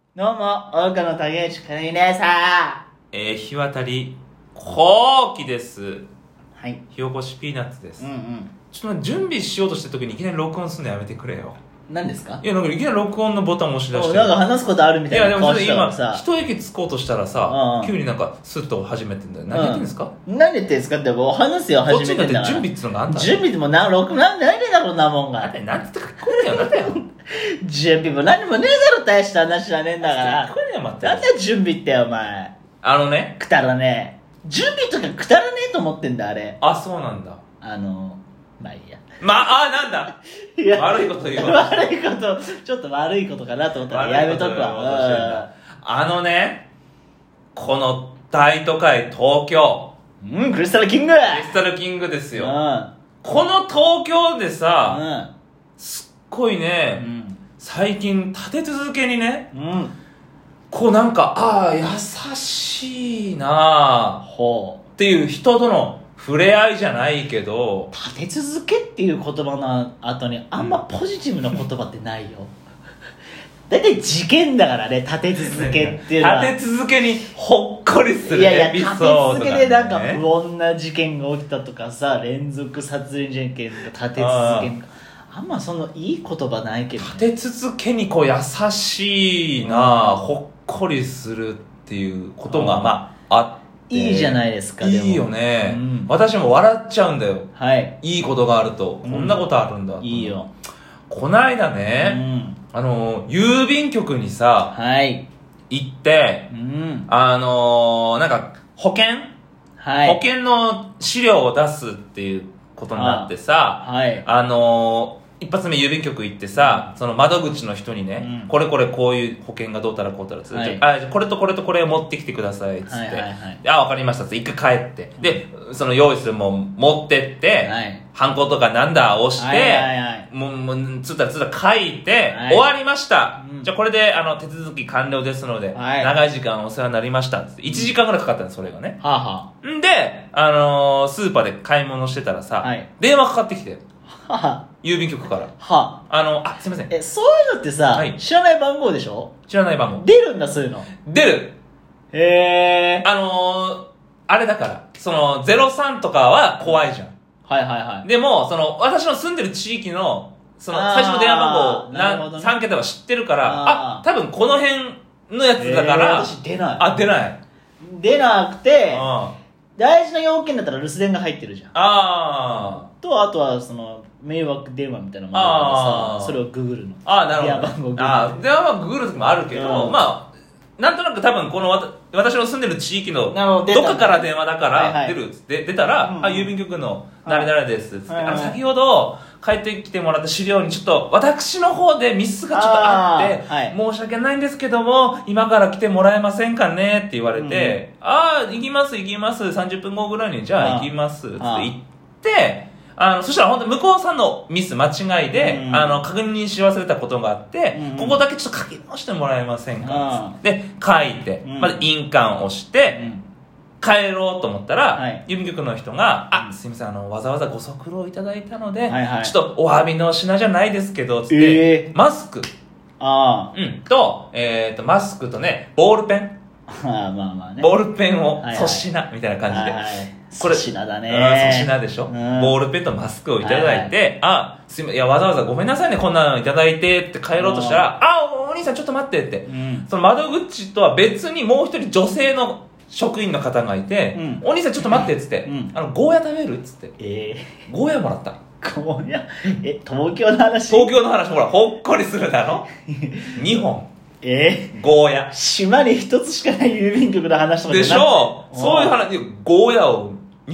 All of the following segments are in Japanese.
どうも、岡野竹内くるみです。は日渡り後期です。 い。 火起こしピーナッツです。 うんうん。 ちょっと準備しようとした時にいきなり録音するのやめてくれよ。 何ですか？ いや、なんかいきなり録音のボタン押し出して。 なんか話すことあるみたいな顔してたからさ。 いや、でもそれ今、一息つこうとしたらさ、急になんかスッと始めてんだよ。何言ってんですか？ 何言ってんですかって、もう話すよ、始めてんだから。 準備っつうのがあんた。 準備ってもう何だろうなもんが。 なんてかっこいいよ、なんだよ。 準備も何もねえだろ、大した話じゃねえんだから。 かっこいいよ、待って。 なんだよ、準備ってお前。くだらねえ。準備とかくだらねえと思ってんだ、あれ。 あ、そうなんだ。 まあいいや。 なんだいや悪いこと言うわ。 悪いこと、ちょっと悪いことかなと思ったらやめとくわ。 この大都会東京。 クリスタルキング。 クリスタルキングですよ。この東京でさ、すっごいね、最近立て続けにね、こうなんか、優しいなっていう人との触れ合いじゃないけど、 立て続けっていう言葉の後にあんまポジティブな言葉ってないよ。だいたい事件だからね、立て続けっていうのは。 立て続けにほっこりするエピソードが、ね、 立て続けでなんか不穏な事件が起きたとかさ、連続殺人事件とか立て続けあんまそのいい言葉ないけど、ね、 立て続けにこう優しいな、ほっこりするっていうことがあっていいじゃないですか。 いいよね、私も笑っちゃうんだよ。いいことがあると、こんなことあるんだ、 いいよ。 こないだね、郵便局にさ、行って、なんか保険の資料を出すっていうことになってさ、一発目郵便局行ってさ、その窓口の人にね、これこういう保険がどうたらこうたらつって、これとこれとこれを持ってきてくださいっつって、わかりましたっつって一回帰って、でその用意するもん持ってって、ハンコとかなんだ押して、もうつったら書いて、終わりました、じゃあこれで手続き完了ですので、長い時間お世話になりましたっつって1時間ぐらいかかったのそれがね。んでスーパーで買い物してたらさ、電話かかってきて、郵便局から。すいません。 そういうのってさ、知らない番号でしょ？ 知らない番号。 出るんだ、そういうの。 出る。あれだから、その、03とかは怖いじゃん。でも、その、私の住んでる地域の、その、最初の電話番号、3桁は知ってるから、多分この辺のやつだから、 私出ない。 出ない。 出なくて、大事な要件だったら留守電が入ってるじゃん。あとはその迷惑電話みたいなのもあるからさ、それをググるの。 なるほど。電話番号ググる時もあるけど、なんとなく多分この私の住んでる地域のどっかから電話だから出たら、郵便局の誰々ですっつって、先ほど帰ってきてもらった資料にちょっと私の方でミスがちょっとあって、申し訳ないんですけども今から来てもらえませんかねって言われて、行きます30分後ぐらいにじゃあ行きますっつって行って、そしたら本当向こうさんのミス間違いで、確認し忘れたことがあって、ここだけちょっと書き直してもらえませんかっつって、で書いて、まず印鑑を押して、帰ろうと思ったら、郵便局の人が、すいません、わざわざご足労いただいたので、ちょっとお詫びの品じゃないですけど、つって、マスク。と、マスクとね、ボールペン。ボールペンを粗品みたいな感じで。 粗品だね。 粗品でしょ。ボールペンとマスクをいただいて、すいません、いや、わざわざごめんなさいね、こんなのいただいてって帰ろうとしたら、お兄さんちょっと待ってって。その窓口とは別にもう一人女性の職員の方がいて、お兄さんちょっと待ってっつって、ゴーヤ食べるっつって、ゴーヤもらった。 ゴーヤ東京の話？ 東京の話、ほら、ほっこりするだろ。2本。ゴーヤ。 島に一つしかない郵便局の話とかでしょ。そういう話、ゴーヤを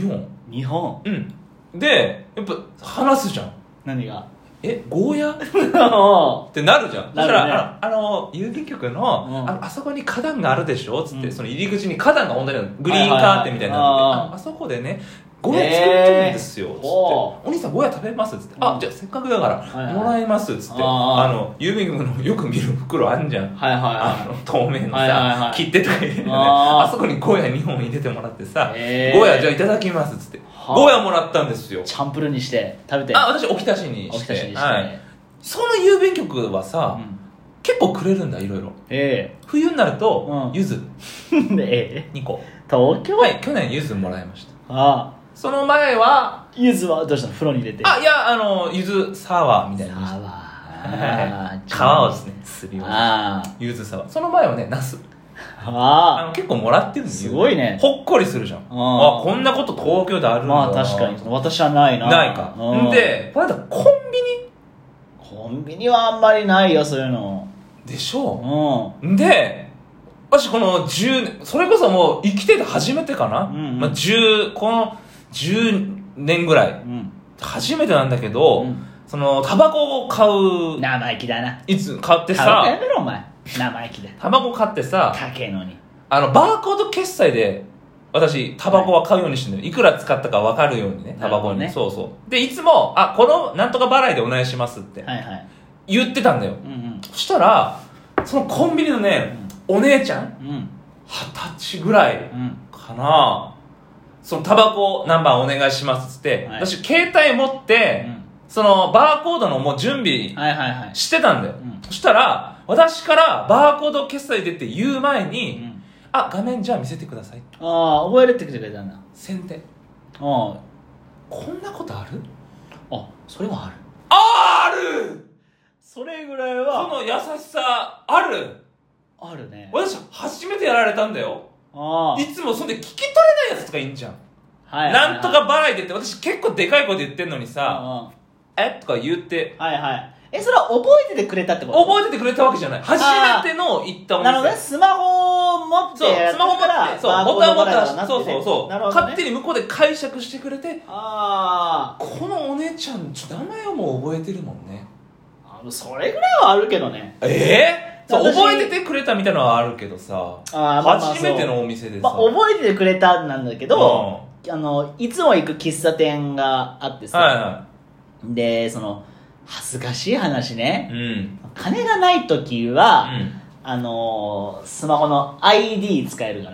2本。で、やっぱ話すじゃん。 何が？ ゴーヤってなるじゃん。そしたら、郵便局の、あそこに花壇があるでしょつって、その入り口に花壇が本当にグリーンカーテンみたいになってて、あそこでね、ゴーヤ作ってるんですよ、つって。お兄さんゴーヤ食べますつって。じゃあせっかくだからもらいますつって。郵便局のよく見る袋あんじゃん。透明のさ、切手とか入れてね。あそこにゴーヤ2本入れてもらってさ、ゴーヤじゃあいただきますつって。ゴーヤもらったんですよ。 チャンプルにして食べて。 私おひたしにして。その郵便局はさ、 結構くれるんだ、いろいろ。冬になると、柚子。2個。 東京？ はい、去年柚子もらいました。その前は、 柚子はどうしたの？風呂に入れて。 いや、柚子サワーみたいな。 サワー。皮をですね、すりおろす。柚子サワー。その前はね、ナス。結構もらってるんですよ。すごいね。 ほっこりするじゃん。こんなこと東京であるんだな。 確かに。私はないな。 ないか。で、この間コンビニはあんまりないよ、そういうの。 でしょう。で、私この10年、それこそもう生きてて初めてかな。この10年ぐらい。初めてなんだけど、その、タバコを買う。 生意気だな。 いつ買ってさ。 やめろ、お前。生意気だ。 タバコ買ってさ。 高えのに。 バーコード決済で、私、タバコは買うようにしてるの。いくら使ったか分かるようにね、タバコに。そうそう。で、いつも、この、なんとか払いでお願いしますって。言ってたんだよ。そしたら、そのコンビニのね、お姉ちゃん、20歳ぐらいかな。そのタバコ何番お願いしますって、私、携帯持って、そのバーコードのもう準備してたんだよ。そしたら、私からバーコード決済でって言う前に、画面じゃあ見せてください。 覚えるってくれたんだ。 先手。こんなことある？ それはある。 ある！ それぐらいは。 この優しさ、ある。 あるね。 私、初めてやられたんだよ。いつもそんで聞き取れないやつとかいいんじゃん。なんとか払いでって、私結構でかい声で言ってんのにさ、とか言って。 それは覚えててくれたってこと？ 覚えててくれたわけじゃない。初めての行ったお店。 なるほどね。スマホを持ってやったから、 そう、ボタンを持ったら、そう。勝手に向こうで解釈してくれて、このお姉ちゃん、名前をもう覚えてるもんね。 それぐらいはあるけどね。 そう覚えててくれたみたいなのはあるけどさ、初めてのお店でさ、 覚えててくれたんなんだけど、いつも行く喫茶店があってさ、で、その恥ずかしい話ね、金がない時は、スマホの ID 使えるから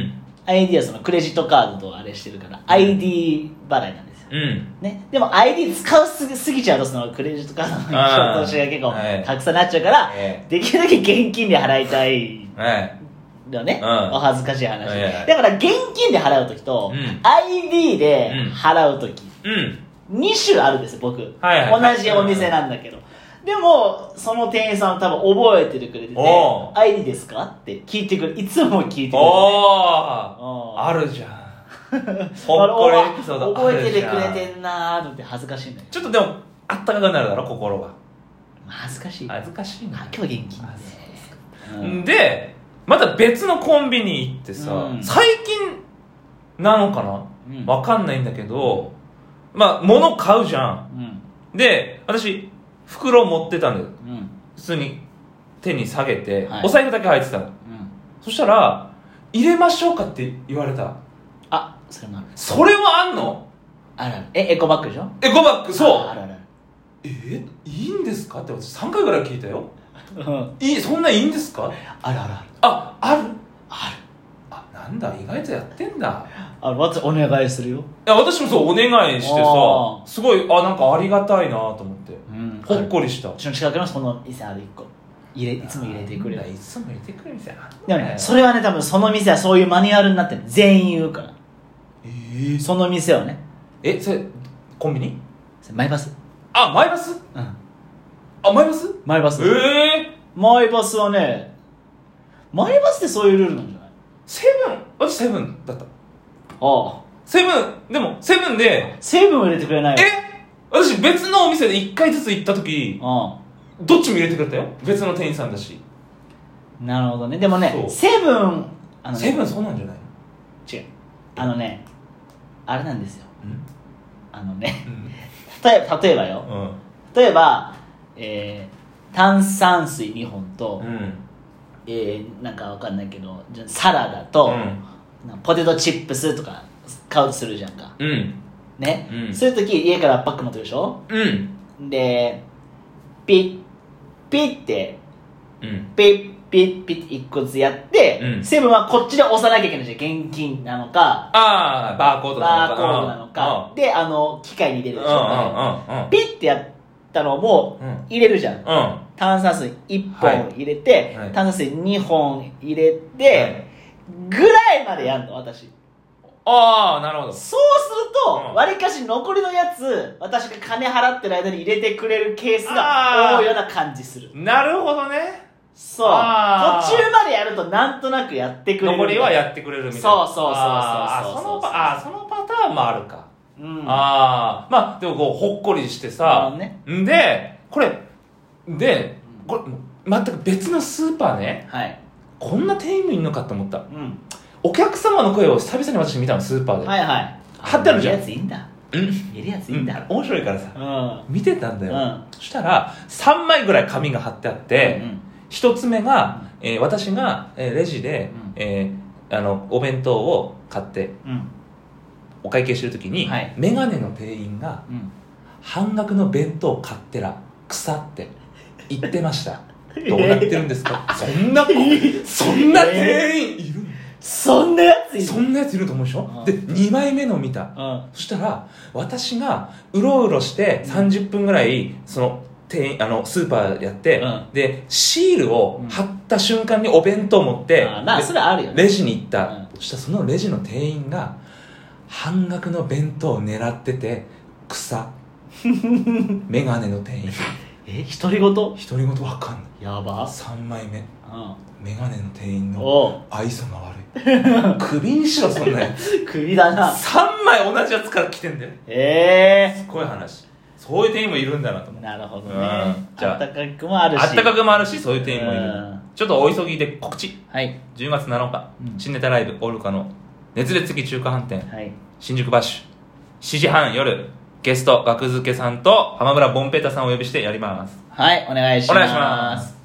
、ID はそのクレジットカードとあれしてるから、ID 払いなんですよ、ね、でも ID 使うすぎちゃうとそのクレジットカードの表紙が結構たくさんなっちゃうから、できるだけ現金で払いたいだね、お恥ずかしい話、だから現金で払う時と、ID で払う時、2種あるんですよ僕、同じお店なんだけど、でもその店員さん多分覚えててくれてて、 ID ですかって聞いてくれ、いつも聞いてくれて、 あるじゃんほっこりエピソード覚えててくれてんなーって恥ずかしいんだよ。 ちょっとでもあったかくなるだろ心が。 恥ずかしいな。 今日現金で、また別のコンビニ行ってさ、最近なのかな、わかんないんだけど、物買うじゃん、で私袋持ってたんだよ、普通に手に下げて、お財布だけ入ってたの、そしたら入れましょうかって言われた。それはあんの？ ある。エコバッグでしょ？ エコバッグ、そう。 ある。 いいんですかって私3回ぐらい聞いたよ。そんないいんですか？ ある。 ある。なんだ、意外とやってんだ。 私お願いするよ。 いや、私もそうお願いしてさ、すごいなんかありがたいなと思って、ほっこりした。 うちの近くのその店ある1個いつも入れてくれる。 いつも入れてくれる店ある。 でもね、それはね、多分その店はそういうマニュアルになってる。全員言うから。その店をね。 それコンビニ？ マイバス。 マイバス？マイバス？ マイバス。マイバスはね、マイバスってそういうルールなんじゃない？ 私セブンだった。セブンでセブン入れてくれないよ。 私別のお店で1回ずつ行った時、どっちも入れてくれたよ。別の店員さんだし。 なるほどね。でもね、セブンそうなんじゃないの？ 違う。あれなんですよ。例えばよ。例えば、炭酸水2本と、なんかわかんないけど、サラダと、ポテトチップスとか買うとするじゃんか。ね。そういう時家からパック持ってるでしょ？で、ピッて、ピッ1個ずつやって、セブンはこっちで押さなきゃいけないじゃん。現金なのか、 バーコードなのか、で、機械に入れるでしょ。ピッてやったのも入れるじゃん。 炭酸水1本入れて、 はい、 炭酸水2本入れて、ぐらいまでやんの私。 ああ、なるほど。 そうすると、わりかし残りのやつ、私が金払ってる間に入れてくれるケースが多いような感じする。 なるほどね。 そう。途中までやるとなんとなくやってくれる。 残りはやってくれるみたいな。 そう。 そのパターンもあるか。まあ、でもこう、ほっこりしてさ。んで、これ、全く別のスーパーね。はい。こんな店員もいるのかと思った。お客様の声を久々に私見たの、スーパーで。はいはい。貼ってあるじゃん。 見るやついいんだ。見るやついいんだ。 面白いからさ。見てたんだよ。そしたら、3枚ぐらい紙が貼ってあって、1つ目が、私がレジで、お弁当を買って、お会計してるときに、メガネの店員が、半額の弁当を買ってら、腐って言ってました。どうなってるんですか？そんな店員いるの？ そんなやついると思うでしょ。で2枚目の見た。そしたら私がうろうろして30分ぐらいその店員スーパーやって、でシールを貼った瞬間にお弁当持ってそれあるよね。 レジに行った。そしたらそのレジの店員が半額の弁当を狙っててメガネの店員。 独り言わかんない。 やば。 3枚目、メガネの店員の愛想が悪い。首にしろ、そんなやつ。 首だな。 3枚同じやつから来てんだよ。すごい話。そういう店員もいるんだなと思う。 なるほどね。じゃああったかくもあるしそういう店員もいる。ちょっとお急ぎで告知。10月7日、新ネタライブオルカの熱烈的中華飯店、新宿バッシュ7時半夜、ゲスト学付けさんと浜村ボンペータさんをお呼びしてやります。 はい、お願いします。